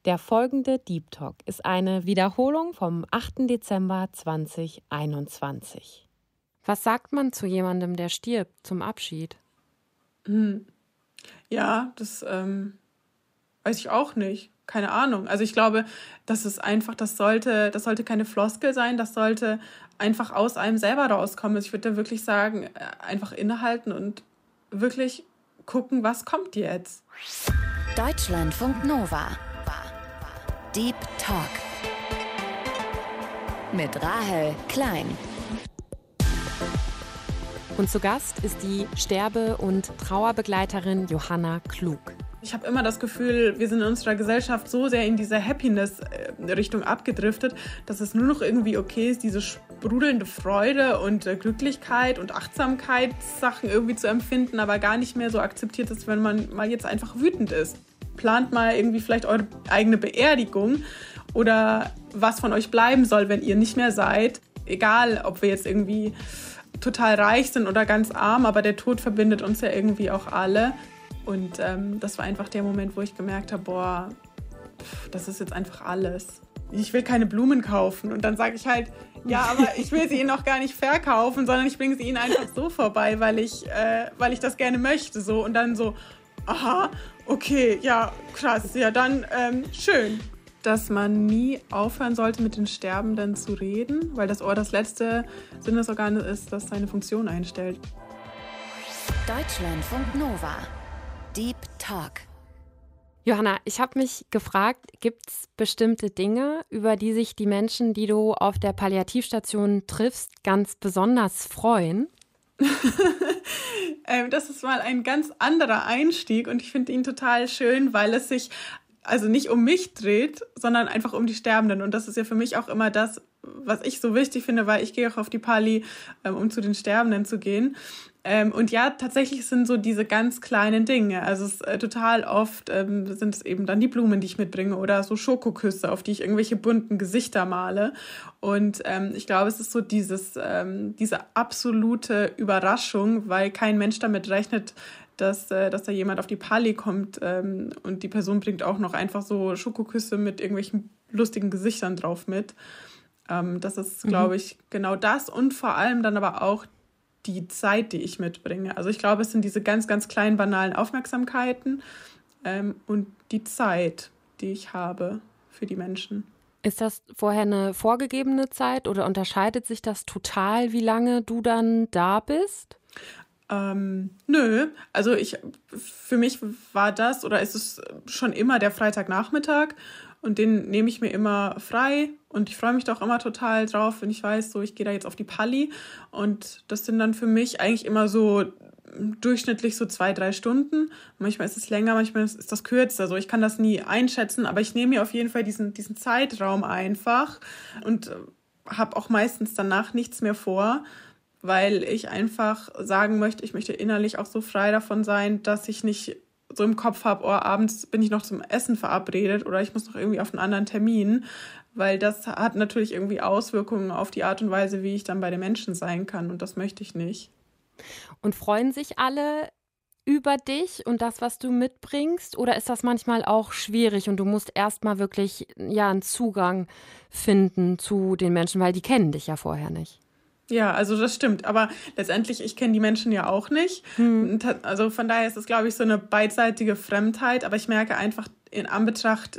Der folgende Deep Talk ist eine Wiederholung vom 8. Dezember 2021. Was sagt man zu jemandem, der stirbt, zum Abschied? Ja, das weiß ich auch nicht. Keine Ahnung. Also ich glaube, das ist einfach, das sollte keine Floskel sein, das sollte einfach aus einem selber rauskommen. Also ich würde da wirklich sagen, einfach innehalten und wirklich gucken, was kommt jetzt. Deutschlandfunk Nova. Deep Talk. Mit Rahel Klein. Und zu Gast ist die Sterbe- und Trauerbegleiterin Johanna Klug. Ich habe immer das Gefühl, wir sind in unserer Gesellschaft so sehr in diese Happiness-Richtung abgedriftet, dass es nur noch irgendwie okay ist, diese sprudelnde Freude und Glücklichkeit und Achtsamkeitssachen irgendwie zu empfinden, aber gar nicht mehr so akzeptiert ist, wenn man mal jetzt einfach wütend ist. Plant mal irgendwie vielleicht eure eigene Beerdigung oder was von euch bleiben soll, wenn ihr nicht mehr seid. Egal, ob wir jetzt irgendwie total reich sind oder ganz arm, aber der Tod verbindet uns ja irgendwie auch alle. Und das war einfach der Moment, wo ich gemerkt habe, boah, das ist jetzt einfach alles. Ich will keine Blumen kaufen. Und dann sage ich halt, ja, aber ich will sie ihnen auch gar nicht verkaufen, sondern ich bringe sie ihnen einfach so vorbei, weil ich das gerne möchte. So. Und dann so, aha, okay, ja, krass, ja, dann schön. Dass man nie aufhören sollte, mit den Sterbenden zu reden, weil das Ohr das letzte Sinnesorgan ist, das seine Funktion einstellt. Deutschlandfunk Nova. Deep Talk. Johanna, ich habe mich gefragt, gibt es bestimmte Dinge, über die sich die Menschen, die du auf der Palliativstation triffst, ganz besonders freuen? Das ist mal ein ganz anderer Einstieg und ich finde ihn total schön, weil es sich also nicht um mich dreht, sondern einfach um die Sterbenden. Und das ist ja für mich auch immer das, was ich so wichtig finde, weil ich gehe auch auf die Pali, um zu den Sterbenden zu gehen. Und ja, tatsächlich sind so diese ganz kleinen Dinge. Also es total oft sind es eben dann die Blumen, die ich mitbringe oder so Schokoküsse, auf die ich irgendwelche bunten Gesichter male. Und ich glaube, es ist so diese absolute Überraschung, weil kein Mensch damit rechnet, dass da jemand auf die Pali kommt und die Person bringt auch noch einfach so Schokoküsse mit irgendwelchen lustigen Gesichtern drauf mit. Das ist, glaube ich, genau das und vor allem dann aber auch die Zeit, die ich mitbringe. Also ich glaube, es sind diese ganz, ganz kleinen, banalen Aufmerksamkeiten und die Zeit, die ich habe für die Menschen. Ist das vorher eine vorgegebene Zeit oder unterscheidet sich das total, wie lange du dann da bist? Nö, also für mich war das oder ist es schon immer der Freitagnachmittag und den nehme ich mir immer frei und ich freue mich doch immer total drauf, wenn ich weiß, so ich gehe da jetzt auf die Pali und das sind dann für mich eigentlich immer so durchschnittlich so 2-3 Stunden. Manchmal ist es länger, manchmal ist das kürzer, also ich kann das nie einschätzen, aber ich nehme mir auf jeden Fall diesen Zeitraum einfach und habe auch meistens danach nichts mehr vor, weil ich einfach sagen möchte, ich möchte innerlich auch so frei davon sein, dass ich nicht so im Kopf habe, oh, abends bin ich noch zum Essen verabredet oder ich muss noch irgendwie auf einen anderen Termin, weil das hat natürlich irgendwie Auswirkungen auf die Art und Weise, wie ich dann bei den Menschen sein kann und das möchte ich nicht. Und freuen sich alle über dich und das, was du mitbringst? Oder ist das manchmal auch schwierig und du musst erstmal wirklich einen Zugang finden zu den Menschen, weil die kennen dich ja vorher nicht? Ja, also das stimmt. Aber letztendlich, ich kenne die Menschen ja auch nicht. Also von daher ist es, glaube ich, so eine beidseitige Fremdheit. Aber ich merke einfach in Anbetracht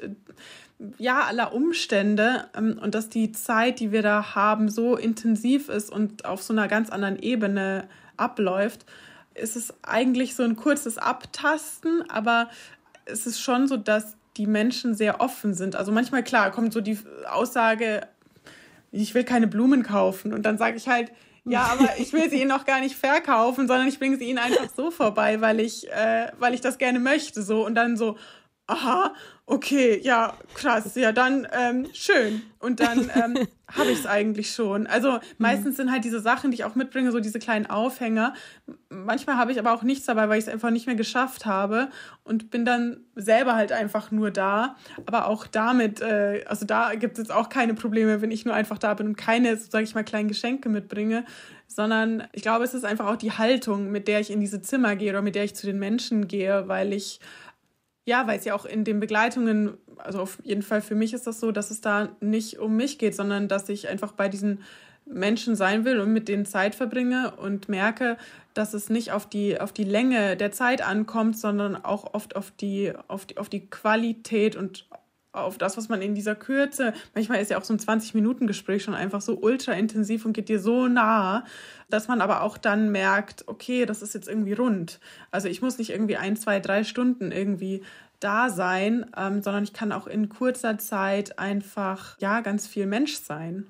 aller Umstände und dass die Zeit, die wir da haben, so intensiv ist und auf so einer ganz anderen Ebene abläuft, ist es eigentlich so ein kurzes Abtasten. Aber es ist schon so, dass die Menschen sehr offen sind. Also manchmal, klar, kommt so die Aussage, ich will keine Blumen kaufen. Und dann sage ich halt, ja, aber ich will sie ihnen auch gar nicht verkaufen, sondern ich bringe sie ihnen einfach so vorbei, weil ich das gerne möchte. So. Und dann so, aha, okay, ja, krass, ja, dann schön. Und dann habe ich es eigentlich schon. Also meistens sind halt diese Sachen, die ich auch mitbringe, so diese kleinen Aufhänger. Manchmal habe ich aber auch nichts dabei, weil ich es einfach nicht mehr geschafft habe und bin dann selber halt einfach nur da. Aber auch damit, also da gibt es jetzt auch keine Probleme, wenn ich nur einfach da bin und keine, sage ich mal, kleinen Geschenke mitbringe, sondern ich glaube, es ist einfach auch die Haltung, mit der ich in diese Zimmer gehe oder mit der ich zu den Menschen gehe, weil ich Ja, weil es ja auch in den Begleitungen, also auf jeden Fall für mich ist das so, dass es da nicht um mich geht, sondern dass ich einfach bei diesen Menschen sein will und mit denen Zeit verbringe und merke, dass es nicht auf die Länge der Zeit ankommt, sondern auch oft auf die Qualität und auf das, was man in dieser Kürze, manchmal ist ja auch so ein 20-Minuten-Gespräch schon einfach so ultra intensiv und geht dir so nah, dass man aber auch dann merkt, okay, das ist jetzt irgendwie rund. Also ich muss nicht irgendwie 1, 2, 3 Stunden irgendwie da sein, sondern ich kann auch in kurzer Zeit einfach, ja, ganz viel Mensch sein.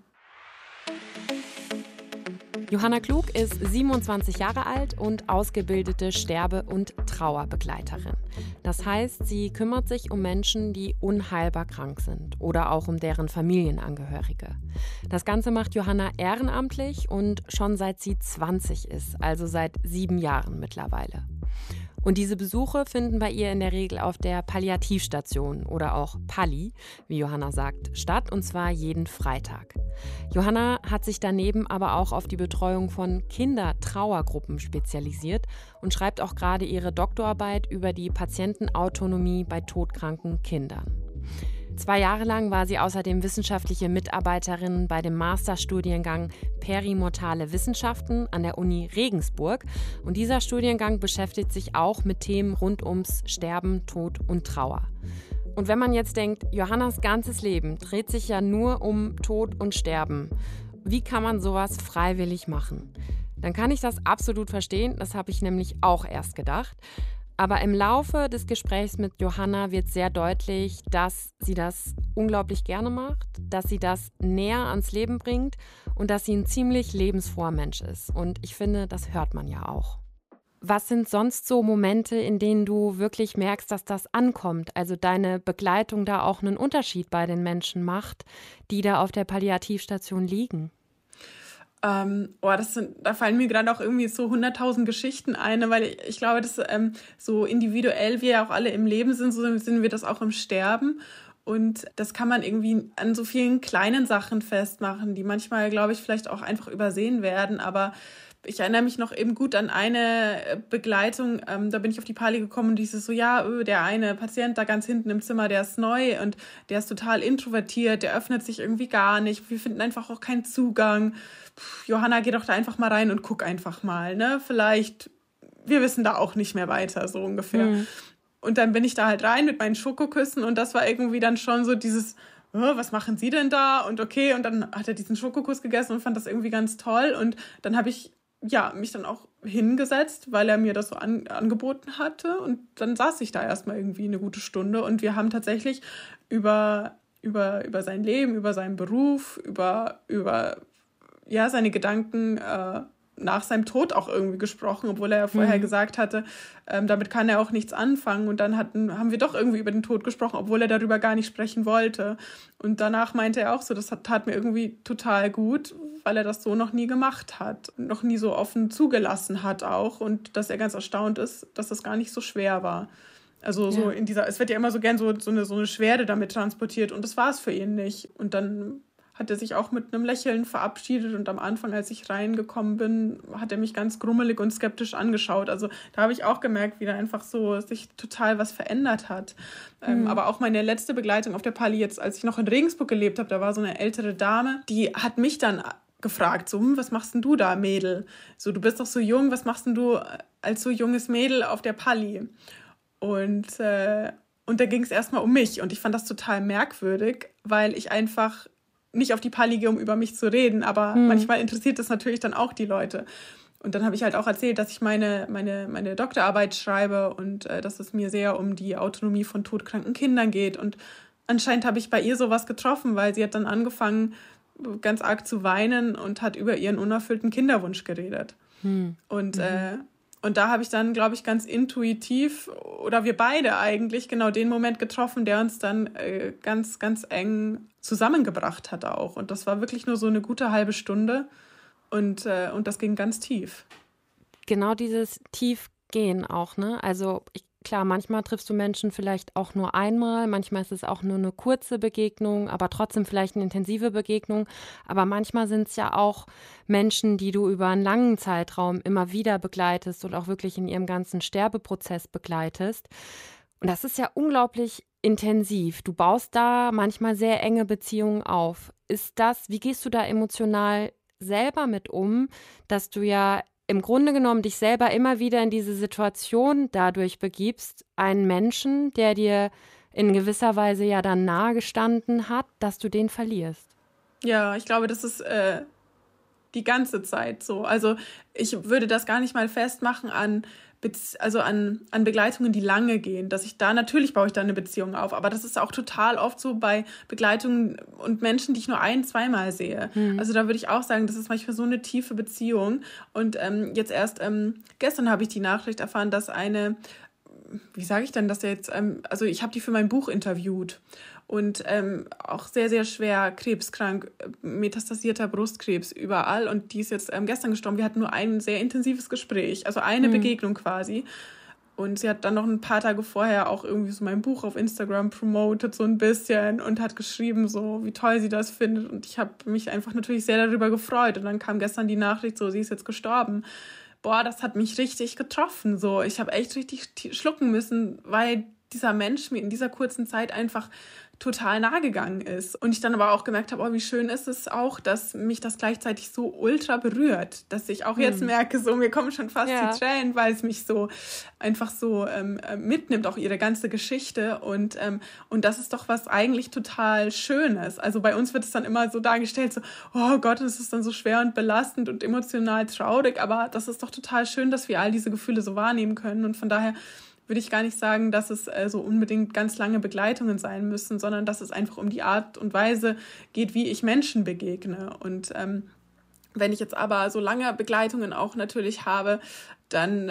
Johanna Klug ist 27 Jahre alt und ausgebildete Sterbe- und Trauerbegleiterin. Das heißt, sie kümmert sich um Menschen, die unheilbar krank sind oder auch um deren Familienangehörige. Das Ganze macht Johanna ehrenamtlich und schon seit sie 20 ist, also seit 7 Jahren mittlerweile. Und diese Besuche finden bei ihr in der Regel auf der Palliativstation oder auch Palli, wie Johanna sagt, statt, und zwar jeden Freitag. Johanna hat sich daneben aber auch auf die Betreuung von Kindertrauergruppen spezialisiert und schreibt auch gerade ihre Doktorarbeit über die Patientenautonomie bei todkranken Kindern. 2 Jahre lang war sie außerdem wissenschaftliche Mitarbeiterin bei dem Masterstudiengang Perimortale Wissenschaften an der Uni Regensburg. Und dieser Studiengang beschäftigt sich auch mit Themen rund ums Sterben, Tod und Trauer. Und wenn man jetzt denkt, Johannas ganzes Leben dreht sich ja nur um Tod und Sterben, wie kann man sowas freiwillig machen? Dann kann ich das absolut verstehen, das habe ich nämlich auch erst gedacht. Aber im Laufe des Gesprächs mit Johanna wird sehr deutlich, dass sie das unglaublich gerne macht, dass sie das näher ans Leben bringt und dass sie ein ziemlich lebensfroher Mensch ist. Und ich finde, das hört man ja auch. Was sind sonst so Momente, in denen du wirklich merkst, dass das ankommt? Also deine Begleitung da auch einen Unterschied bei den Menschen macht, die da auf der Palliativstation liegen? Da fallen mir gerade auch irgendwie so 100.000 Geschichten ein, weil ich glaube, dass so individuell wir ja auch alle im Leben sind, so sind wir das auch im Sterben. Und das kann man irgendwie an so vielen kleinen Sachen festmachen, die manchmal, glaube ich, vielleicht auch einfach übersehen werden. Aber ich erinnere mich noch eben gut an eine Begleitung, da bin ich auf die Palli gekommen und dieses so, ja, der eine Patient da ganz hinten im Zimmer, der ist neu und der ist total introvertiert, der öffnet sich irgendwie gar nicht, wir finden einfach auch keinen Zugang. Johanna, geh doch da einfach mal rein und guck einfach mal, ne? Vielleicht, wir wissen da auch nicht mehr weiter, so ungefähr. Mhm. Und dann bin ich da halt rein mit meinen Schokoküssen und das war irgendwie dann schon so dieses, was machen Sie denn da? Und okay, und dann hat er diesen Schokokuss gegessen und fand das irgendwie ganz toll und dann habe ich mich dann auch hingesetzt, weil er mir das so angeboten hatte und dann saß ich da erstmal irgendwie eine gute Stunde und wir haben tatsächlich über sein Leben, über seinen Beruf, über seine Gedanken nach seinem Tod auch irgendwie gesprochen, obwohl er ja vorher gesagt hatte, damit kann er auch nichts anfangen. Und dann haben wir doch irgendwie über den Tod gesprochen, obwohl er darüber gar nicht sprechen wollte. Und danach meinte er auch so, das tat mir irgendwie total gut, weil er das so noch nie gemacht hat, noch nie so offen zugelassen hat auch. Und dass er ganz erstaunt ist, dass das gar nicht so schwer war. Also so in dieser, es wird ja immer so gern so eine Schwere damit transportiert und das war es für ihn nicht. Und dann hat er sich auch mit einem Lächeln verabschiedet und am Anfang, als ich reingekommen bin, hat er mich ganz grummelig und skeptisch angeschaut. Also da habe ich auch gemerkt, wie da einfach so sich total was verändert hat. Aber auch meine letzte Begleitung auf der Palli jetzt, als ich noch in Regensburg gelebt habe, da war so eine ältere Dame, die hat mich dann gefragt, so, was machst denn du da, Mädel? So, du bist doch so jung, was machst denn du als so junges Mädel auf der Palli? Und da ging es erstmal um mich und ich fand das total merkwürdig, weil ich einfach nicht auf die Palli gehe, um über mich zu reden, aber manchmal interessiert das natürlich dann auch die Leute. Und dann habe ich halt auch erzählt, dass ich meine Doktorarbeit schreibe und dass es mir sehr um die Autonomie von todkranken Kindern geht. Und anscheinend habe ich bei ihr sowas getroffen, weil sie hat dann angefangen, ganz arg zu weinen und hat über ihren unerfüllten Kinderwunsch geredet. Und da habe ich dann, glaube ich, ganz intuitiv, oder wir beide eigentlich, genau den Moment getroffen, der uns dann ganz, ganz eng zusammengebracht hat auch. Und das war wirklich nur so eine gute halbe Stunde und das ging ganz tief. Genau dieses Tiefgehen auch, ne? Also klar, manchmal triffst du Menschen vielleicht auch nur einmal, manchmal ist es auch nur eine kurze Begegnung, aber trotzdem vielleicht eine intensive Begegnung. Aber manchmal sind es ja auch Menschen, die du über einen langen Zeitraum immer wieder begleitest und auch wirklich in ihrem ganzen Sterbeprozess begleitest. Und das ist ja unglaublich intensiv. Du baust da manchmal sehr enge Beziehungen auf. Wie gehst du da emotional selber mit um, dass du ja im Grunde genommen dich selber immer wieder in diese Situation dadurch begibst, einen Menschen, der dir in gewisser Weise ja dann nahe gestanden hat, dass du den verlierst? Ja, ich glaube, das ist die ganze Zeit so. Also ich würde das gar nicht mal festmachen an Begleitungen, die lange gehen, dass ich da, natürlich baue ich da eine Beziehung auf, aber das ist auch total oft so bei Begleitungen und Menschen, die ich nur zweimal sehe. Also da würde ich auch sagen, das ist manchmal so eine tiefe Beziehung. Und jetzt erst gestern habe ich die Nachricht erfahren, dass wie sage ich denn, dass der jetzt, also ich habe die für mein Buch interviewt und auch sehr, sehr schwer krebskrank, metastasierter Brustkrebs überall, und die ist jetzt gestern gestorben. Wir hatten nur ein sehr intensives Gespräch, also eine Begegnung quasi, und sie hat dann noch ein paar Tage vorher auch irgendwie so mein Buch auf Instagram promotet, so ein bisschen, und hat geschrieben, so wie toll sie das findet, und ich habe mich einfach natürlich sehr darüber gefreut, und dann kam gestern die Nachricht, so, sie ist jetzt gestorben. Boah, das hat mich richtig getroffen. So, ich habe echt richtig schlucken müssen, weil dieser Mensch mir in dieser kurzen Zeit einfach total nahe gegangen ist. Und ich dann aber auch gemerkt habe, oh, wie schön ist es auch, dass mich das gleichzeitig so ultra berührt, dass ich auch jetzt merke, so mir kommen schon fast die Tränen, weil es mich so einfach so mitnimmt, auch ihre ganze Geschichte. Und das ist doch was eigentlich total Schönes. Also bei uns wird es dann immer so dargestellt, so, oh Gott, es ist dann so schwer und belastend und emotional traurig, aber das ist doch total schön, dass wir all diese Gefühle so wahrnehmen können. Und von daher würde ich gar nicht sagen, dass es so unbedingt ganz lange Begleitungen sein müssen, sondern dass es einfach um die Art und Weise geht, wie ich Menschen begegne. Und wenn ich jetzt aber so lange Begleitungen auch natürlich habe, dann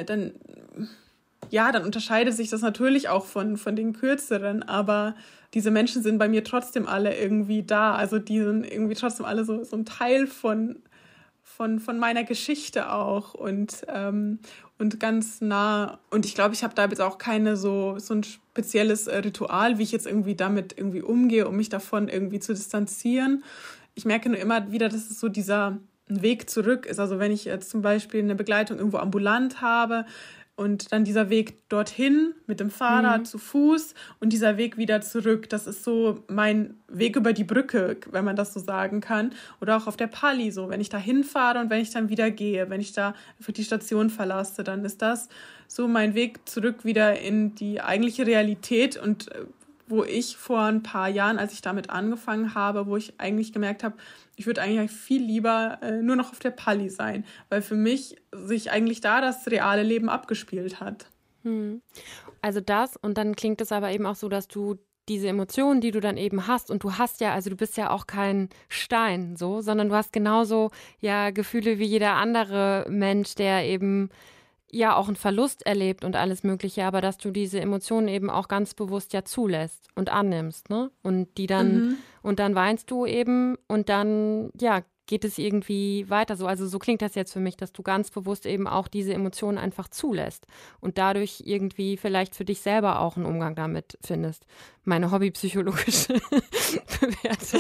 unterscheidet sich das natürlich auch von den kürzeren, aber diese Menschen sind bei mir trotzdem alle irgendwie da. Also die sind irgendwie trotzdem alle so ein Teil von meiner Geschichte auch und ganz nah. Und ich glaube, ich habe da jetzt auch keine so ein spezielles Ritual, wie ich jetzt irgendwie damit irgendwie umgehe, um mich davon irgendwie zu distanzieren. Ich merke nur immer wieder, dass es so dieser Weg zurück ist. Also wenn ich jetzt zum Beispiel eine Begleitung irgendwo ambulant habe, und dann dieser Weg dorthin mit dem Fahrrad zu Fuß und dieser Weg wieder zurück. Das ist so mein Weg über die Brücke, wenn man das so sagen kann. Oder auch auf der Pali so, wenn ich da hinfahre und wenn ich dann wieder gehe, wenn ich da einfach die Station verlasse, dann ist das so mein Weg zurück wieder in die eigentliche Realität, und wo ich vor ein paar Jahren, als ich damit angefangen habe, wo ich eigentlich gemerkt habe, ich würde eigentlich viel lieber nur noch auf der Pali sein, weil für mich sich eigentlich da das reale Leben abgespielt hat. Also das, und dann klingt es aber eben auch so, dass du diese Emotionen, die du dann eben hast, und du hast ja, also du bist ja auch kein Stein so, sondern du hast genauso ja Gefühle wie jeder andere Mensch, der eben ja auch einen Verlust erlebt und alles Mögliche, aber dass du diese Emotionen eben auch ganz bewusst ja zulässt und annimmst, ne? Und die dann, und dann weinst du eben und dann, ja, geht es irgendwie weiter so. Also so klingt das jetzt für mich, dass du ganz bewusst eben auch diese Emotionen einfach zulässt und dadurch irgendwie vielleicht für dich selber auch einen Umgang damit findest. Meine hobbypsychologische Bewertung.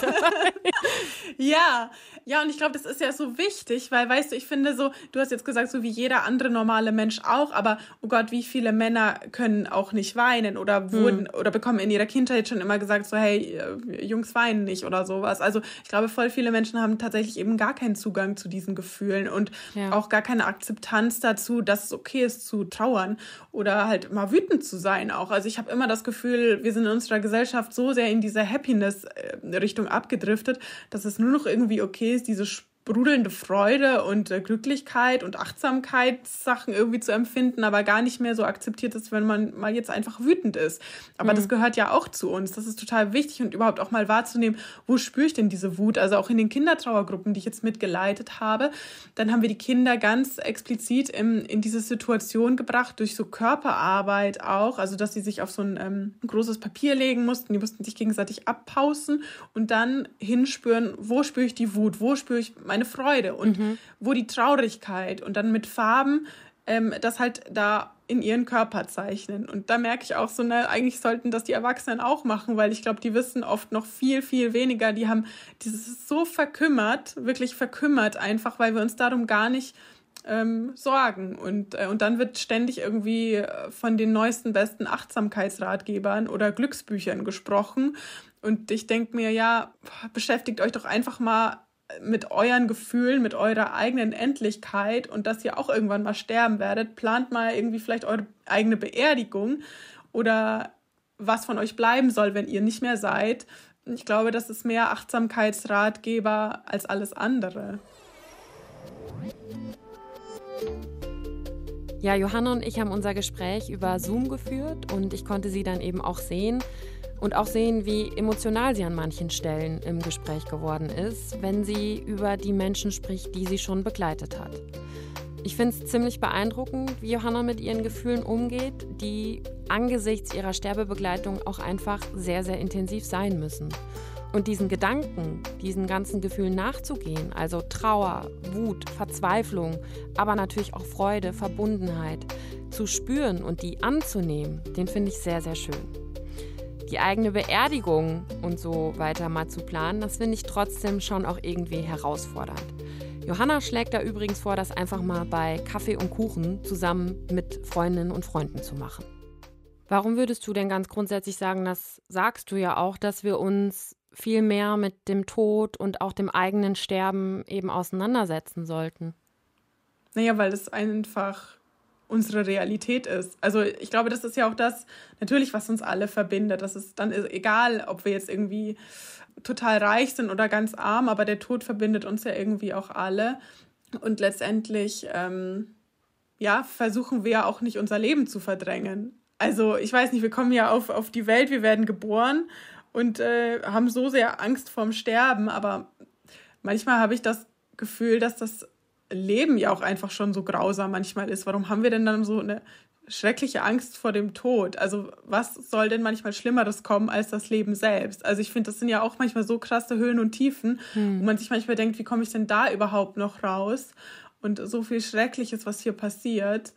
Ja, und ich glaube, das ist ja so wichtig, weil, weißt du, ich finde so, du hast jetzt gesagt, so wie jeder andere normale Mensch auch, aber oh Gott, wie viele Männer können auch nicht weinen oder wurden oder bekommen in ihrer Kindheit schon immer gesagt, so hey, Jungs weinen nicht oder sowas. Also ich glaube, voll viele Menschen haben tatsächlich eben gar keinen Zugang zu diesen Gefühlen und auch gar keine Akzeptanz dazu, dass es okay ist zu trauern oder halt mal wütend zu sein auch. Also ich habe immer das Gefühl, wir sind in unserer Gesellschaft so sehr in dieser Happiness-Richtung abgedriftet, dass es nur noch irgendwie okay ist, diese sprudelnde Freude und Glücklichkeit und Achtsamkeitssachen irgendwie zu empfinden, aber gar nicht mehr so akzeptiert ist, wenn man mal jetzt einfach wütend ist. Aber das gehört ja auch zu uns. Das ist total wichtig und überhaupt auch mal wahrzunehmen, wo spüre ich denn diese Wut? Also auch in den Kindertrauergruppen, die ich jetzt mitgeleitet habe, dann haben wir die Kinder ganz explizit in diese Situation gebracht, durch so Körperarbeit auch, also dass sie sich auf so ein großes Papier legen mussten, die mussten sich gegenseitig abpausen und dann hinspüren, wo spüre ich die Wut, wo spüre ich meine Freude und wo die Traurigkeit, und dann mit Farben das halt da in ihren Körper zeichnen. Und da merke ich auch so, eigentlich sollten das die Erwachsenen auch machen, weil ich glaube, die wissen oft noch viel, viel weniger. Das ist so verkümmert, wirklich verkümmert einfach, weil wir uns darum gar nicht sorgen. Und dann wird ständig irgendwie von den neuesten, besten Achtsamkeitsratgebern oder Glücksbüchern gesprochen. Und ich denke mir, ja, beschäftigt euch doch einfach mal mit euren Gefühlen, mit eurer eigenen Endlichkeit und dass ihr auch irgendwann mal sterben werdet. Plant mal irgendwie vielleicht eure eigene Beerdigung oder was von euch bleiben soll, wenn ihr nicht mehr seid. Ich glaube, das ist mehr Achtsamkeitsratgeber als alles andere. Ja, Johanna und ich haben unser Gespräch über Zoom geführt und ich konnte sie dann eben auch sehen und auch sehen, wie emotional sie an manchen Stellen im Gespräch geworden ist, wenn sie über die Menschen spricht, die sie schon begleitet hat. Ich finde es ziemlich beeindruckend, wie Johanna mit ihren Gefühlen umgeht, die angesichts ihrer Sterbebegleitung auch einfach sehr, sehr intensiv sein müssen. Und diesen Gedanken, diesen ganzen Gefühlen nachzugehen, also Trauer, Wut, Verzweiflung, aber natürlich auch Freude, Verbundenheit, zu spüren und die anzunehmen, den finde ich sehr, sehr schön. Die eigene Beerdigung und so weiter mal zu planen, das finde ich trotzdem schon auch irgendwie herausfordernd. Johanna schlägt da übrigens vor, das einfach mal bei Kaffee und Kuchen zusammen mit Freundinnen und Freunden zu machen. Warum würdest du denn ganz grundsätzlich sagen, das sagst du ja auch, dass wir uns viel mehr mit dem Tod und auch dem eigenen Sterben eben auseinandersetzen sollten? Naja, weil es einfach unsere Realität ist. Also ich glaube, das ist ja auch das, natürlich, was uns alle verbindet. Das ist dann egal, ob wir jetzt irgendwie total reich sind oder ganz arm, aber der Tod verbindet uns ja irgendwie auch alle. Und letztendlich versuchen wir ja auch nicht, unser Leben zu verdrängen. Also ich weiß nicht, wir kommen ja auf die Welt, wir werden geboren und haben so sehr Angst vorm Sterben, aber manchmal habe ich das Gefühl, dass das Leben ja auch einfach schon so grausam manchmal ist. Warum haben wir denn dann so eine schreckliche Angst vor dem Tod? Also was soll denn manchmal Schlimmeres kommen als das Leben selbst? Also ich finde, das sind ja auch manchmal so krasse Höhen und Tiefen, wo man sich manchmal denkt, wie komme ich denn da überhaupt noch raus? Und so viel Schreckliches, was hier passiert,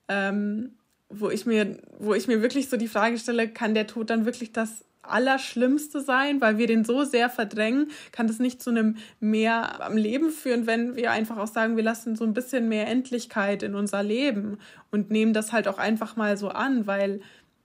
wo ich mir wirklich so die Frage stelle, kann der Tod dann wirklich das Allerschlimmste sein, weil wir den so sehr verdrängen? Kann das nicht zu einem mehr am Leben führen, wenn wir einfach auch sagen, wir lassen so ein bisschen mehr Endlichkeit in unser Leben und nehmen das halt auch einfach mal so an, weil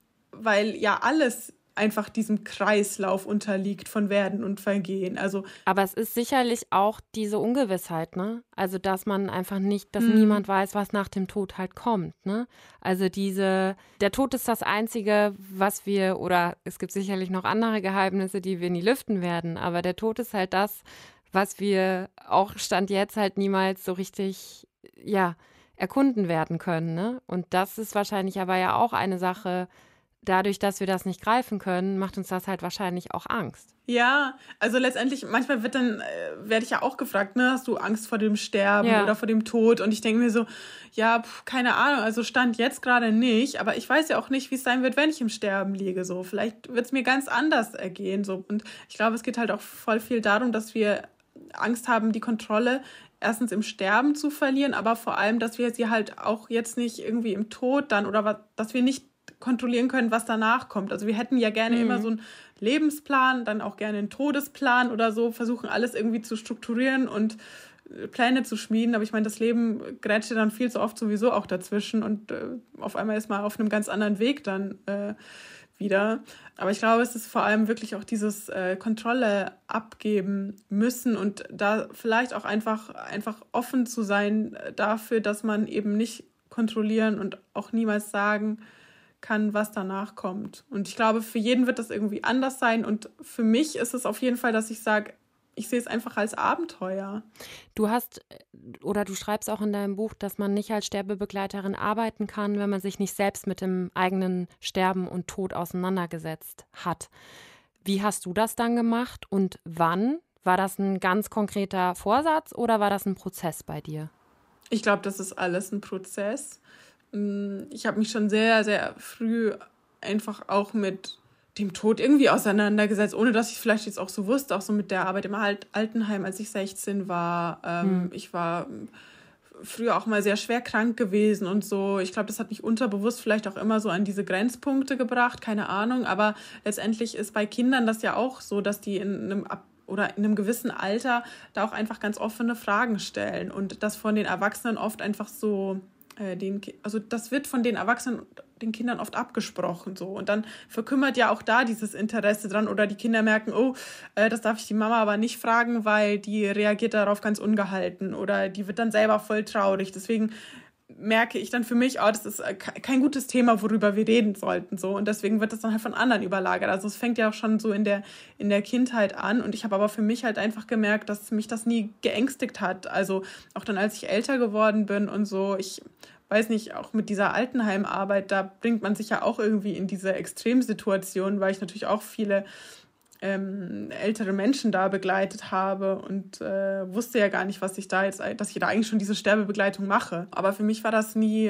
ja alles einfach diesem Kreislauf unterliegt von Werden und Vergehen. Aber es ist sicherlich auch diese Ungewissheit, ne? Also, dass man einfach nicht, dass niemand weiß, was nach dem Tod halt kommt, ne? Also der Tod ist das Einzige, was wir, oder es gibt sicherlich noch andere Geheimnisse, die wir nie lüften werden, aber der Tod ist halt das, was wir auch Stand jetzt halt niemals so richtig, erkunden werden können, ne? Und das ist wahrscheinlich aber ja auch eine Sache. Dadurch, dass wir das nicht greifen können, macht uns das halt wahrscheinlich auch Angst. Ja, also letztendlich, manchmal werde ich ja auch gefragt, ne, hast du Angst vor dem Sterben oder vor dem Tod? Und ich denke mir so, keine Ahnung, also Stand jetzt gerade nicht, aber ich weiß ja auch nicht, wie es sein wird, wenn ich im Sterben liege, so. Vielleicht wird es mir ganz anders ergehen, so. Und ich glaube, es geht halt auch voll viel darum, dass wir Angst haben, die Kontrolle erstens im Sterben zu verlieren, aber vor allem, dass wir sie halt auch jetzt nicht irgendwie im Tod dann dass wir nicht kontrollieren können, was danach kommt. Also wir hätten ja gerne immer so einen Lebensplan, dann auch gerne einen Todesplan oder so, versuchen alles irgendwie zu strukturieren und Pläne zu schmieden. Aber ich meine, das Leben grätscht ja dann viel zu oft sowieso auch dazwischen und auf einmal ist man auf einem ganz anderen Weg dann wieder. Aber ich glaube, es ist vor allem wirklich auch dieses Kontrolle abgeben müssen und da vielleicht auch einfach offen zu sein dafür, dass man eben nicht kontrollieren und auch niemals sagen kann, was danach kommt. Und ich glaube, für jeden wird das irgendwie anders sein. Und für mich ist es auf jeden Fall, dass ich sage, ich sehe es einfach als Abenteuer. Du schreibst auch in deinem Buch, dass man nicht als Sterbebegleiterin arbeiten kann, wenn man sich nicht selbst mit dem eigenen Sterben und Tod auseinandergesetzt hat. Wie hast du das dann gemacht und wann? War das ein ganz konkreter Vorsatz oder war das ein Prozess bei dir? Ich glaube, das ist alles ein Prozess. Ich habe mich schon sehr, sehr früh einfach auch mit dem Tod irgendwie auseinandergesetzt, ohne dass ich vielleicht jetzt auch so wusste, auch so mit der Arbeit im Altenheim, als ich 16 war. Ich war früher auch mal sehr schwer krank gewesen und so. Ich glaube, das hat mich unterbewusst vielleicht auch immer so an diese Grenzpunkte gebracht, keine Ahnung. Aber letztendlich ist bei Kindern das ja auch so, dass die in einem oder in einem gewissen Alter da auch einfach ganz offene Fragen stellen und das von den Erwachsenen oft einfach so, das wird von den Erwachsenen den Kindern oft abgesprochen so und dann verkümmert ja auch da dieses Interesse dran oder die Kinder merken, das darf ich die Mama aber nicht fragen, weil die reagiert darauf ganz ungehalten oder die wird dann selber voll traurig. Deswegen merke ich dann für mich, das ist kein gutes Thema, worüber wir reden sollten. So. Und deswegen wird das dann halt von anderen überlagert. Also es fängt ja auch schon so in der Kindheit an. Und ich habe aber für mich halt einfach gemerkt, dass mich das nie geängstigt hat. Also auch dann, als ich älter geworden bin und so, ich weiß nicht, auch mit dieser Altenheimarbeit, da bringt man sich ja auch irgendwie in diese Extremsituation, weil ich natürlich auch viele ältere Menschen da begleitet habe und wusste ja gar nicht, dass ich da eigentlich schon diese Sterbebegleitung mache. Aber für mich war das nie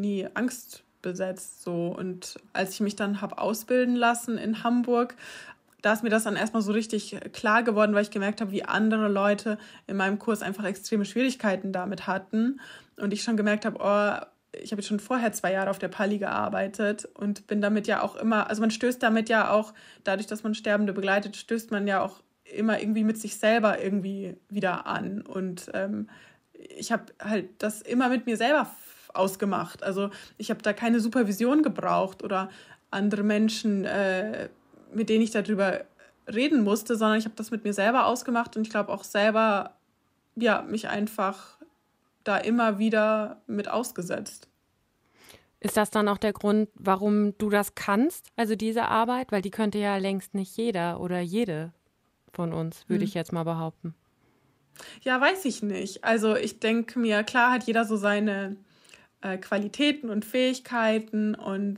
angstbesetzt so. Und als ich mich dann habe ausbilden lassen in Hamburg, da ist mir das dann erstmal so richtig klar geworden, weil ich gemerkt habe, wie andere Leute in meinem Kurs einfach extreme Schwierigkeiten damit hatten. Und ich schon gemerkt habe, ich habe jetzt schon vorher 2 Jahre auf der Pali gearbeitet und bin damit ja auch immer, also man stößt damit ja auch, dadurch, dass man Sterbende begleitet, stößt man ja auch immer irgendwie mit sich selber irgendwie wieder an. Und ich habe halt das immer mit mir selber ausgemacht. Also ich habe da keine Supervision gebraucht oder andere Menschen, mit denen ich darüber reden musste, sondern ich habe das mit mir selber ausgemacht und ich glaube auch selber, ja, mich einfach da immer wieder mit ausgesetzt. Ist das dann auch der Grund, warum du das kannst, also diese Arbeit? Weil die könnte ja längst nicht jeder oder jede von uns, würde ich jetzt mal behaupten. Ja, weiß ich nicht. Also ich denke mir, klar hat jeder so seine Qualitäten und Fähigkeiten und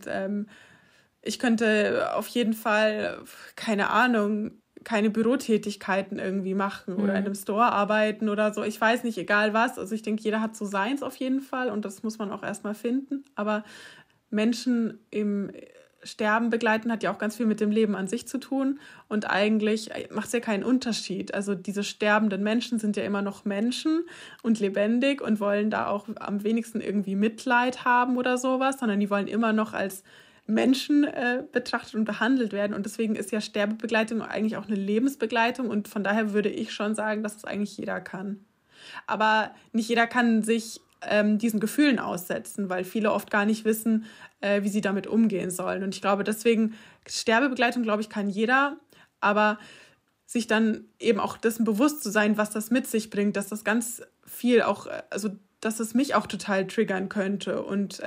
ich könnte auf jeden Fall, keine Ahnung, keine Bürotätigkeiten irgendwie machen oder in einem Store arbeiten oder so. Ich weiß nicht, egal was. Also ich denke, jeder hat so seins auf jeden Fall und das muss man auch erstmal finden. Aber Menschen im Sterben begleiten hat ja auch ganz viel mit dem Leben an sich zu tun und eigentlich macht es ja keinen Unterschied. Also diese sterbenden Menschen sind ja immer noch Menschen und lebendig und wollen da auch am wenigsten irgendwie Mitleid haben oder sowas, sondern die wollen immer noch als Menschen betrachtet und behandelt werden. Und deswegen ist ja Sterbebegleitung eigentlich auch eine Lebensbegleitung. Und von daher würde ich schon sagen, dass es eigentlich jeder kann. Aber nicht jeder kann sich diesen Gefühlen aussetzen, weil viele oft gar nicht wissen, wie sie damit umgehen sollen. Und ich glaube, deswegen Sterbebegleitung, glaube ich, kann jeder. Aber sich dann eben auch dessen bewusst zu sein, was das mit sich bringt, dass das ganz viel auch, also dass es mich auch total triggern könnte und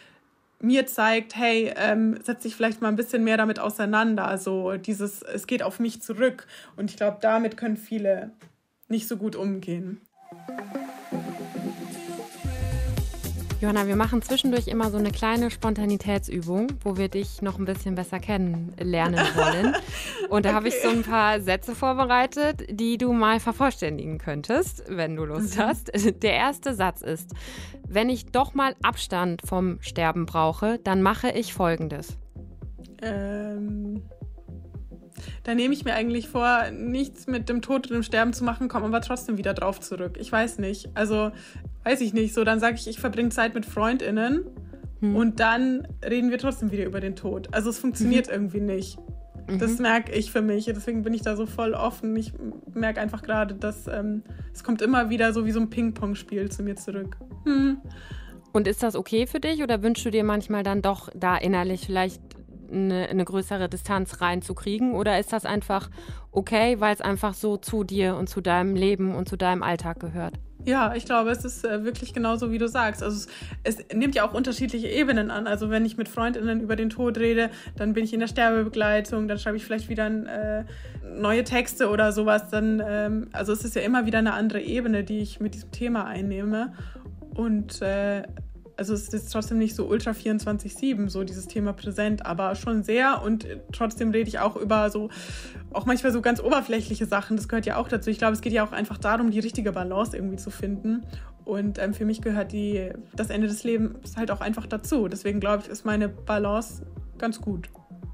mir zeigt, hey, setz dich vielleicht mal ein bisschen mehr damit auseinander. Also es geht auf mich zurück. Und ich glaube, damit können viele nicht so gut umgehen. Johanna, wir machen zwischendurch immer so eine kleine Spontanitätsübung, wo wir dich noch ein bisschen besser kennenlernen wollen. Und da habe ich so ein paar Sätze vorbereitet, die du mal vervollständigen könntest, wenn du Lust hast. Der erste Satz ist: Wenn ich doch mal Abstand vom Sterben brauche, dann mache ich Folgendes. Da nehme ich mir eigentlich vor, nichts mit dem Tod und dem Sterben zu machen, komme aber trotzdem wieder drauf zurück. Ich weiß nicht. Also, weiß ich nicht. So, dann sage ich verbringe Zeit mit FreundInnen und dann reden wir trotzdem wieder über den Tod. Also, es funktioniert irgendwie nicht. Das merke ich für mich. Deswegen bin ich da so voll offen. Ich merke einfach gerade, dass es kommt immer wieder so wie so ein Ping-Pong-Spiel zu mir zurück. Und ist das okay für dich oder wünschst du dir manchmal dann doch da innerlich vielleicht eine größere Distanz reinzukriegen? Oder ist das einfach okay, weil es einfach so zu dir und zu deinem Leben und zu deinem Alltag gehört? Ja, ich glaube, es ist wirklich genauso, wie du sagst. Also es nimmt ja auch unterschiedliche Ebenen an. Also wenn ich mit FreundInnen über den Tod rede, dann bin ich in der Sterbebegleitung, dann schreibe ich vielleicht wieder neue Texte oder sowas. Dann, also es ist ja immer wieder eine andere Ebene, die ich mit diesem Thema einnehme. Und also es ist trotzdem nicht so ultra 24/7, so dieses Thema präsent, aber schon sehr. Und trotzdem rede ich auch über so, auch manchmal so ganz oberflächliche Sachen. Das gehört ja auch dazu. Ich glaube, es geht ja auch einfach darum, die richtige Balance irgendwie zu finden. Und für mich gehört das Ende des Lebens halt auch einfach dazu. Deswegen glaube ich, ist meine Balance ganz gut.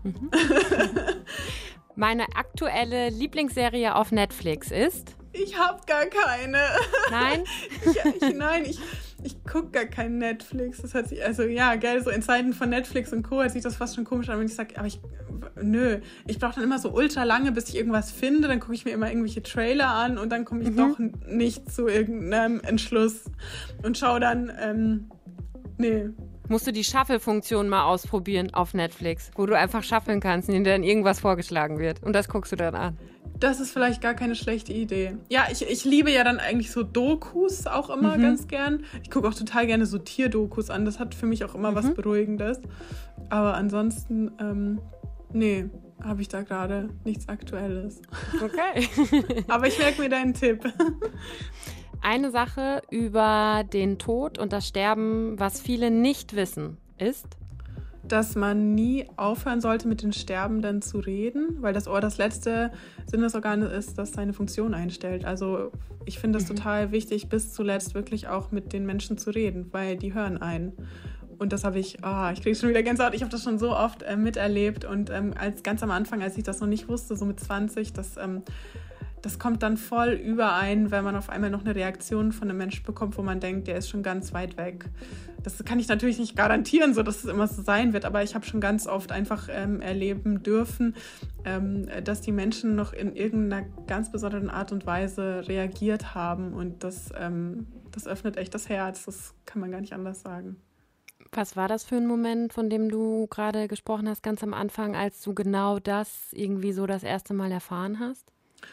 Meine aktuelle Lieblingsserie auf Netflix ist? Ich habe gar keine. Nein? Nein, ich gucke gar kein Netflix. Das hört sich, also ja, gell, so in Zeiten von Netflix und Co. hört sich das fast schon komisch an, wenn ich sage, aber ich nö. Ich brauche dann immer so ultra lange, bis ich irgendwas finde. Dann gucke ich mir immer irgendwelche Trailer an und dann komme ich doch nicht zu irgendeinem Entschluss und schaue dann, nee. Musst du die Shuffle-Funktion mal ausprobieren auf Netflix, wo du einfach shuffeln kannst, in der dann irgendwas vorgeschlagen wird. Und das guckst du dann an. Das ist vielleicht gar keine schlechte Idee. Ja, ich liebe ja dann eigentlich so Dokus auch immer ganz gern. Ich gucke auch total gerne so Tierdokus an. Das hat für mich auch immer was Beruhigendes. Aber ansonsten, nee, habe ich da gerade nichts Aktuelles. Okay. Aber ich merke mir deinen Tipp. Eine Sache über den Tod und das Sterben, was viele nicht wissen, ist, dass man nie aufhören sollte, mit den Sterbenden zu reden, weil das Ohr das letzte Sinnesorgan ist, das seine Funktion einstellt. Also ich finde es total wichtig, bis zuletzt wirklich auch mit den Menschen zu reden, weil die hören einen. Und das habe ich kriege schon wieder Gänsehaut, ich habe das schon so oft miterlebt und ganz am Anfang, als ich das noch nicht wusste, so mit 20, das kommt dann voll überein, wenn man auf einmal noch eine Reaktion von einem Menschen bekommt, wo man denkt, der ist schon ganz weit weg. Das kann ich natürlich nicht garantieren, so dass es immer so sein wird, aber ich habe schon ganz oft einfach erleben dürfen, dass die Menschen noch in irgendeiner ganz besonderen Art und Weise reagiert haben und das öffnet echt das Herz, das kann man gar nicht anders sagen. Was war das für ein Moment, von dem du gerade gesprochen hast, ganz am Anfang, als du genau das irgendwie so das erste Mal erfahren hast?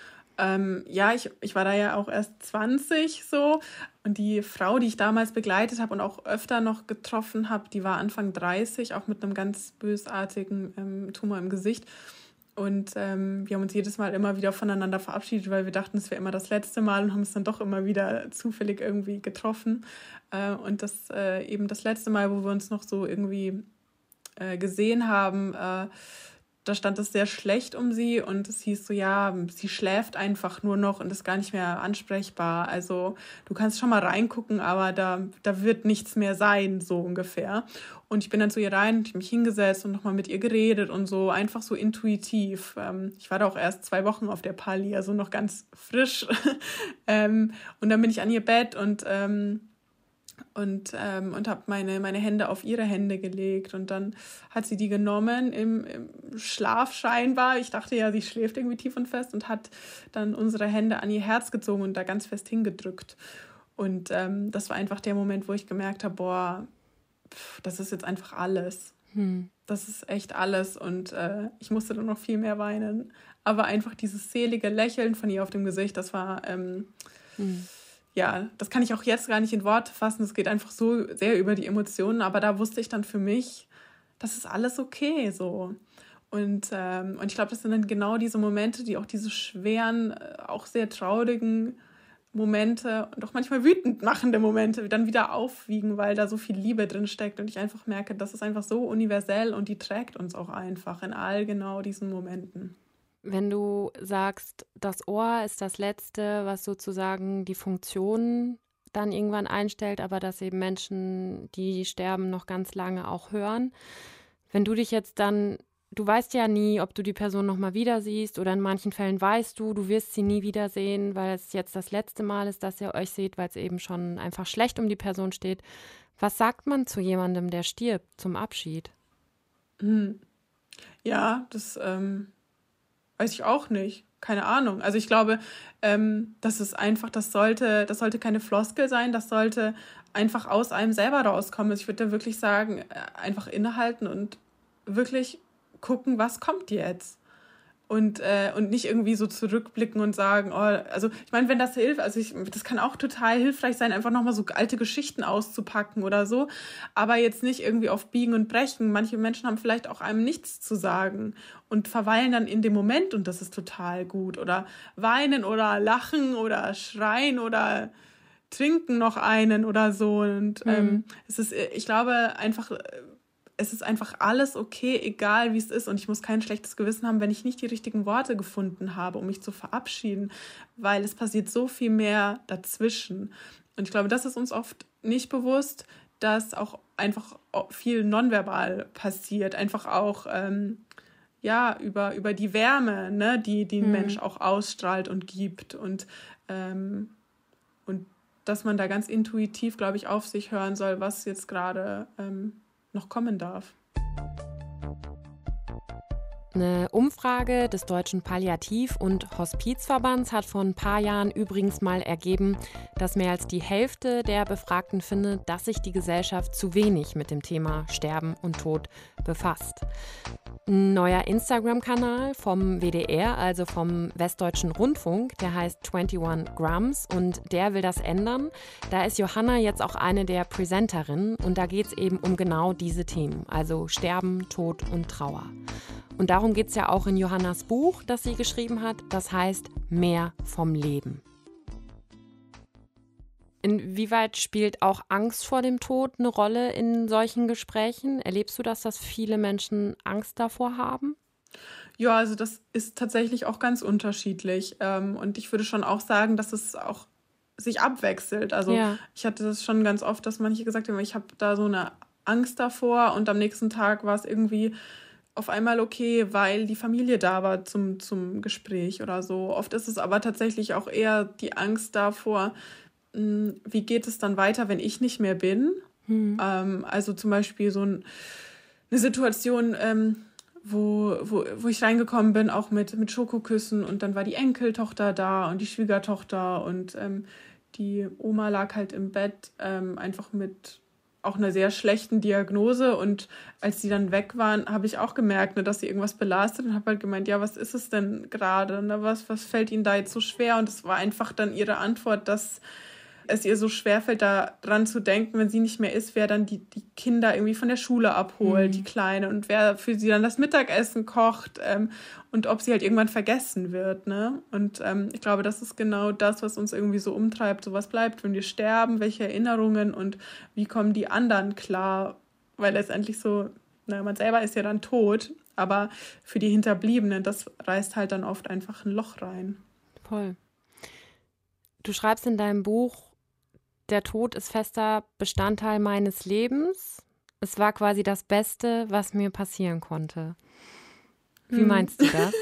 Ich war da ja auch erst 20 so und die Frau, die ich damals begleitet habe und auch öfter noch getroffen habe, die war Anfang 30, auch mit einem ganz bösartigen Tumor im Gesicht. Und wir haben uns jedes Mal immer wieder voneinander verabschiedet, weil wir dachten, es wäre immer das letzte Mal und haben es dann doch immer wieder zufällig irgendwie getroffen. Und das eben das letzte Mal, wo wir uns noch so irgendwie gesehen haben, da stand es sehr schlecht um sie und es hieß so, ja, sie schläft einfach nur noch und ist gar nicht mehr ansprechbar. Also du kannst schon mal reingucken, aber da wird nichts mehr sein, so ungefähr. Und ich bin dann zu ihr rein, ich habe mich hingesetzt und nochmal mit ihr geredet und so, einfach so intuitiv. Ich war da auch erst 2 Wochen auf der Pali, also noch ganz frisch. Und dann bin ich an ihr Bett und habe meine Hände auf ihre Hände gelegt und dann hat sie die genommen im Schlaf scheinbar. Ich dachte ja, sie schläft irgendwie tief und fest und hat dann unsere Hände an ihr Herz gezogen und da ganz fest hingedrückt. Und das war einfach der Moment, wo ich gemerkt habe, boah, das ist jetzt einfach alles. Das ist echt alles und ich musste dann noch viel mehr weinen. Aber einfach dieses selige Lächeln von ihr auf dem Gesicht, das war... Ja, das kann ich auch jetzt gar nicht in Worte fassen. Es geht einfach so sehr über die Emotionen. Aber da wusste ich dann für mich, das ist alles okay so. Und ich glaube, das sind dann genau diese Momente, die auch diese schweren, auch sehr traurigen Momente und auch manchmal wütend machende Momente dann wieder aufwiegen, weil da so viel Liebe drin steckt. Und ich einfach merke, das ist einfach so universell und die trägt uns auch einfach in all genau diesen Momenten. Wenn du sagst, das Ohr ist das Letzte, was sozusagen die Funktion dann irgendwann einstellt, aber dass eben Menschen, die sterben, noch ganz lange auch hören. Wenn du dich jetzt dann, du weißt ja nie, ob du die Person nochmal wieder siehst oder in manchen Fällen weißt du wirst sie nie wiedersehen, weil es jetzt das letzte Mal ist, dass ihr euch seht, weil es eben schon einfach schlecht um die Person steht. Was sagt man zu jemandem, der stirbt, zum Abschied? Ja, das... weiß ich auch nicht. Keine Ahnung. Also ich glaube, das ist einfach, das sollte keine Floskel sein, das sollte einfach aus einem selber rauskommen. Also ich würde da wirklich sagen, einfach innehalten und wirklich gucken, was kommt jetzt. Und nicht irgendwie so zurückblicken und sagen, oh, also ich meine, wenn das hilft, das kann auch total hilfreich sein, einfach nochmal so alte Geschichten auszupacken oder so, aber jetzt nicht irgendwie auf Biegen und Brechen. Manche Menschen haben vielleicht auch einem nichts zu sagen und verweilen dann in dem Moment und das ist total gut. Oder weinen oder lachen oder schreien oder trinken noch einen oder so. Und ich glaube einfach... Es ist einfach alles okay, egal wie es ist. Und ich muss kein schlechtes Gewissen haben, wenn ich nicht die richtigen Worte gefunden habe, um mich zu verabschieden, weil es passiert so viel mehr dazwischen. Und ich glaube, das ist uns oft nicht bewusst, dass auch einfach viel nonverbal passiert. Einfach auch über die Wärme, ne, die ein Mensch auch ausstrahlt und gibt. Und dass man da ganz intuitiv, glaube ich, auf sich hören soll, was jetzt gerade... noch kommen darf. Eine Umfrage des Deutschen Palliativ- und Hospizverbands hat vor ein paar Jahren übrigens mal ergeben, dass mehr als die Hälfte der Befragten findet, dass sich die Gesellschaft zu wenig mit dem Thema Sterben und Tod befasst. Ein neuer Instagram-Kanal vom WDR, also vom Westdeutschen Rundfunk, der heißt 21 Grams und der will das ändern. Da ist Johanna jetzt auch eine der Presenterinnen und da geht es eben um genau diese Themen, also Sterben, Tod und Trauer. Und darum geht es ja auch in Johannas Buch, das sie geschrieben hat, das heißt Mehr vom Leben. Inwieweit spielt auch Angst vor dem Tod eine Rolle in solchen Gesprächen? Erlebst du das, dass viele Menschen Angst davor haben? Ja, also das ist tatsächlich auch ganz unterschiedlich. Und ich würde schon auch sagen, dass es auch sich abwechselt. Also Ich hatte das schon ganz oft, dass manche gesagt haben, ich habe da so eine Angst davor und am nächsten Tag war es irgendwie auf einmal okay, weil die Familie da war zum Gespräch oder so. Oft ist es aber tatsächlich auch eher die Angst davor, wie geht es dann weiter, wenn ich nicht mehr bin? Also zum Beispiel so eine Situation, wo ich reingekommen bin, auch mit Schokoküssen und dann war die Enkeltochter da und die Schwiegertochter und die Oma lag halt im Bett, einfach mit auch einer sehr schlechten Diagnose und als die dann weg waren, habe ich auch gemerkt, ne, dass sie irgendwas belastet und habe halt gemeint, ja, was ist es denn gerade? Ne? Was fällt Ihnen da jetzt so schwer? Und es war einfach dann ihre Antwort, dass es ihr so schwerfällt, daran zu denken, wenn sie nicht mehr ist, wer dann die Kinder irgendwie von der Schule abholt, die Kleine, und wer für sie dann das Mittagessen kocht und ob sie halt irgendwann vergessen wird. Ne? Und ich glaube, das ist genau das, was uns irgendwie so umtreibt. So was bleibt, wenn wir sterben, welche Erinnerungen und wie kommen die anderen klar? Weil letztendlich so, man selber ist ja dann tot, aber für die Hinterbliebenen, das reißt halt dann oft einfach ein Loch rein. Voll. Du schreibst in deinem Buch, der Tod ist fester Bestandteil meines Lebens. Es war quasi das Beste, was mir passieren konnte. Wie meinst du das?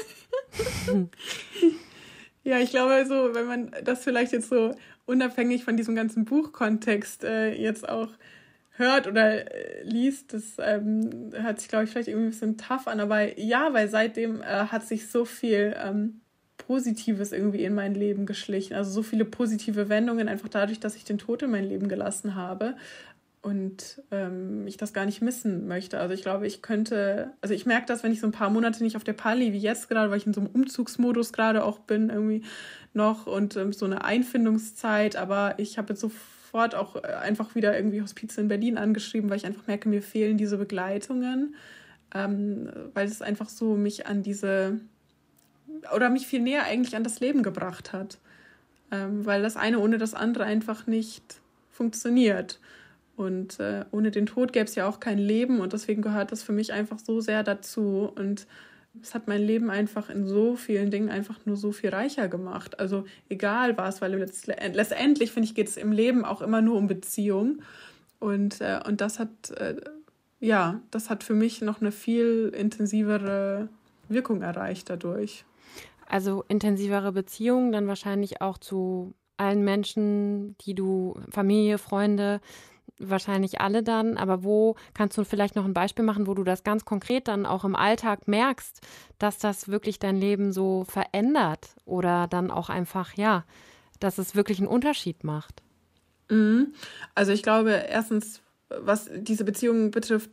Ja, ich glaube, so, wenn man das vielleicht jetzt so unabhängig von diesem ganzen Buchkontext jetzt auch hört oder liest, das hört sich, glaube ich, vielleicht irgendwie ein bisschen tough an. Aber ja, weil seitdem hat sich so viel Positives irgendwie in mein Leben geschlichen. Also so viele positive Wendungen, einfach dadurch, dass ich den Tod in mein Leben gelassen habe und ich das gar nicht missen möchte. Also ich glaube, ich merke das, wenn ich so ein paar Monate nicht auf der Pali, wie jetzt gerade, weil ich in so einem Umzugsmodus gerade auch bin irgendwie noch und so eine Einfindungszeit, aber ich habe jetzt sofort auch einfach wieder irgendwie Hospiz in Berlin angeschrieben, weil ich einfach merke, mir fehlen diese Begleitungen, weil es einfach so mich mich viel näher eigentlich an das Leben gebracht hat, weil das eine ohne das andere einfach nicht funktioniert. Und ohne den Tod gäbe es ja auch kein Leben und deswegen gehört das für mich einfach so sehr dazu und es hat mein Leben einfach in so vielen Dingen einfach nur so viel reicher gemacht. Also egal was, weil letztendlich, finde ich, geht es im Leben auch immer nur um Beziehung und das hat für mich noch eine viel intensivere Wirkung erreicht dadurch. Also intensivere Beziehungen, dann wahrscheinlich auch zu allen Menschen, die du, Familie, Freunde, wahrscheinlich alle dann. Aber wo kannst du vielleicht noch ein Beispiel machen, wo du das ganz konkret dann auch im Alltag merkst, dass das wirklich dein Leben so verändert oder dann auch einfach, dass es wirklich einen Unterschied macht? Also ich glaube, erstens, was diese Beziehungen betrifft,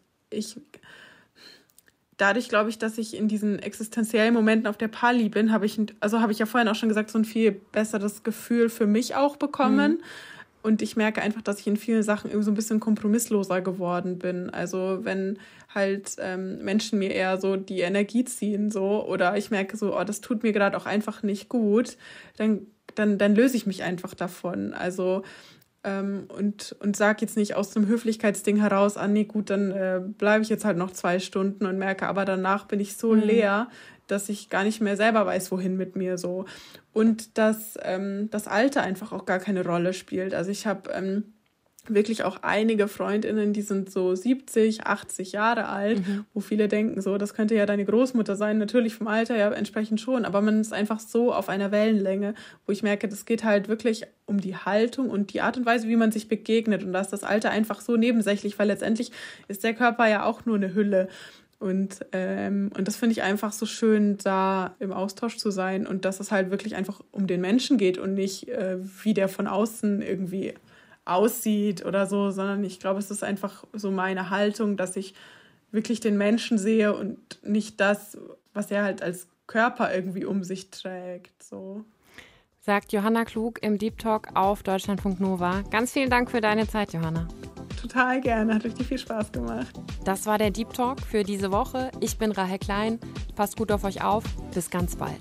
dadurch glaube ich, dass ich in diesen existenziellen Momenten auf der Pali bin, habe ich ja vorhin auch schon gesagt, so ein viel besseres Gefühl für mich auch bekommen. Und ich merke einfach, dass ich in vielen Sachen irgendwie so ein bisschen kompromissloser geworden bin. Also wenn halt Menschen mir eher so die Energie ziehen so oder ich merke so, das tut mir gerade auch einfach nicht gut, dann löse ich mich einfach davon. Also und sage jetzt nicht aus dem Höflichkeitsding heraus, nee, gut, dann bleibe ich jetzt halt noch 2 Stunden und merke, aber danach bin ich so leer, dass ich gar nicht mehr selber weiß, wohin mit mir so. Und dass das Alter einfach auch gar keine Rolle spielt. Also ich habe wirklich auch einige FreundInnen, die sind so 70, 80 Jahre alt, wo viele denken so, das könnte ja deine Großmutter sein. Natürlich vom Alter ja entsprechend schon, aber man ist einfach so auf einer Wellenlänge, wo ich merke, das geht halt wirklich um die Haltung und die Art und Weise, wie man sich begegnet. Und da ist das Alter einfach so nebensächlich, weil letztendlich ist der Körper ja auch nur eine Hülle. Und das finde ich einfach so schön, da im Austausch zu sein und dass es halt wirklich einfach um den Menschen geht und nicht, wie der von außen irgendwie aussieht oder so, sondern ich glaube, es ist einfach so meine Haltung, dass ich wirklich den Menschen sehe und nicht das, was er halt als Körper irgendwie um sich trägt. So. Sagt Johanna Klug im Deep Talk auf Deutschlandfunk Nova. Ganz vielen Dank für deine Zeit, Johanna. Total gerne, hat richtig viel Spaß gemacht. Das war der Deep Talk für diese Woche. Ich bin Rahel Klein. Passt gut auf euch auf. Bis ganz bald.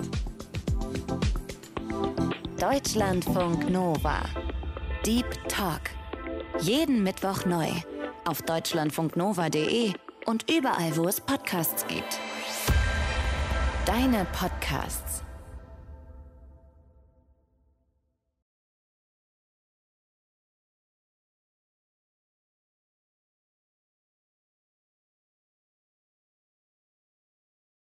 Deutschlandfunk Nova. Deep Talk. Jeden Mittwoch neu. Auf deutschlandfunknova.de und überall, wo es Podcasts gibt. Deine Podcasts.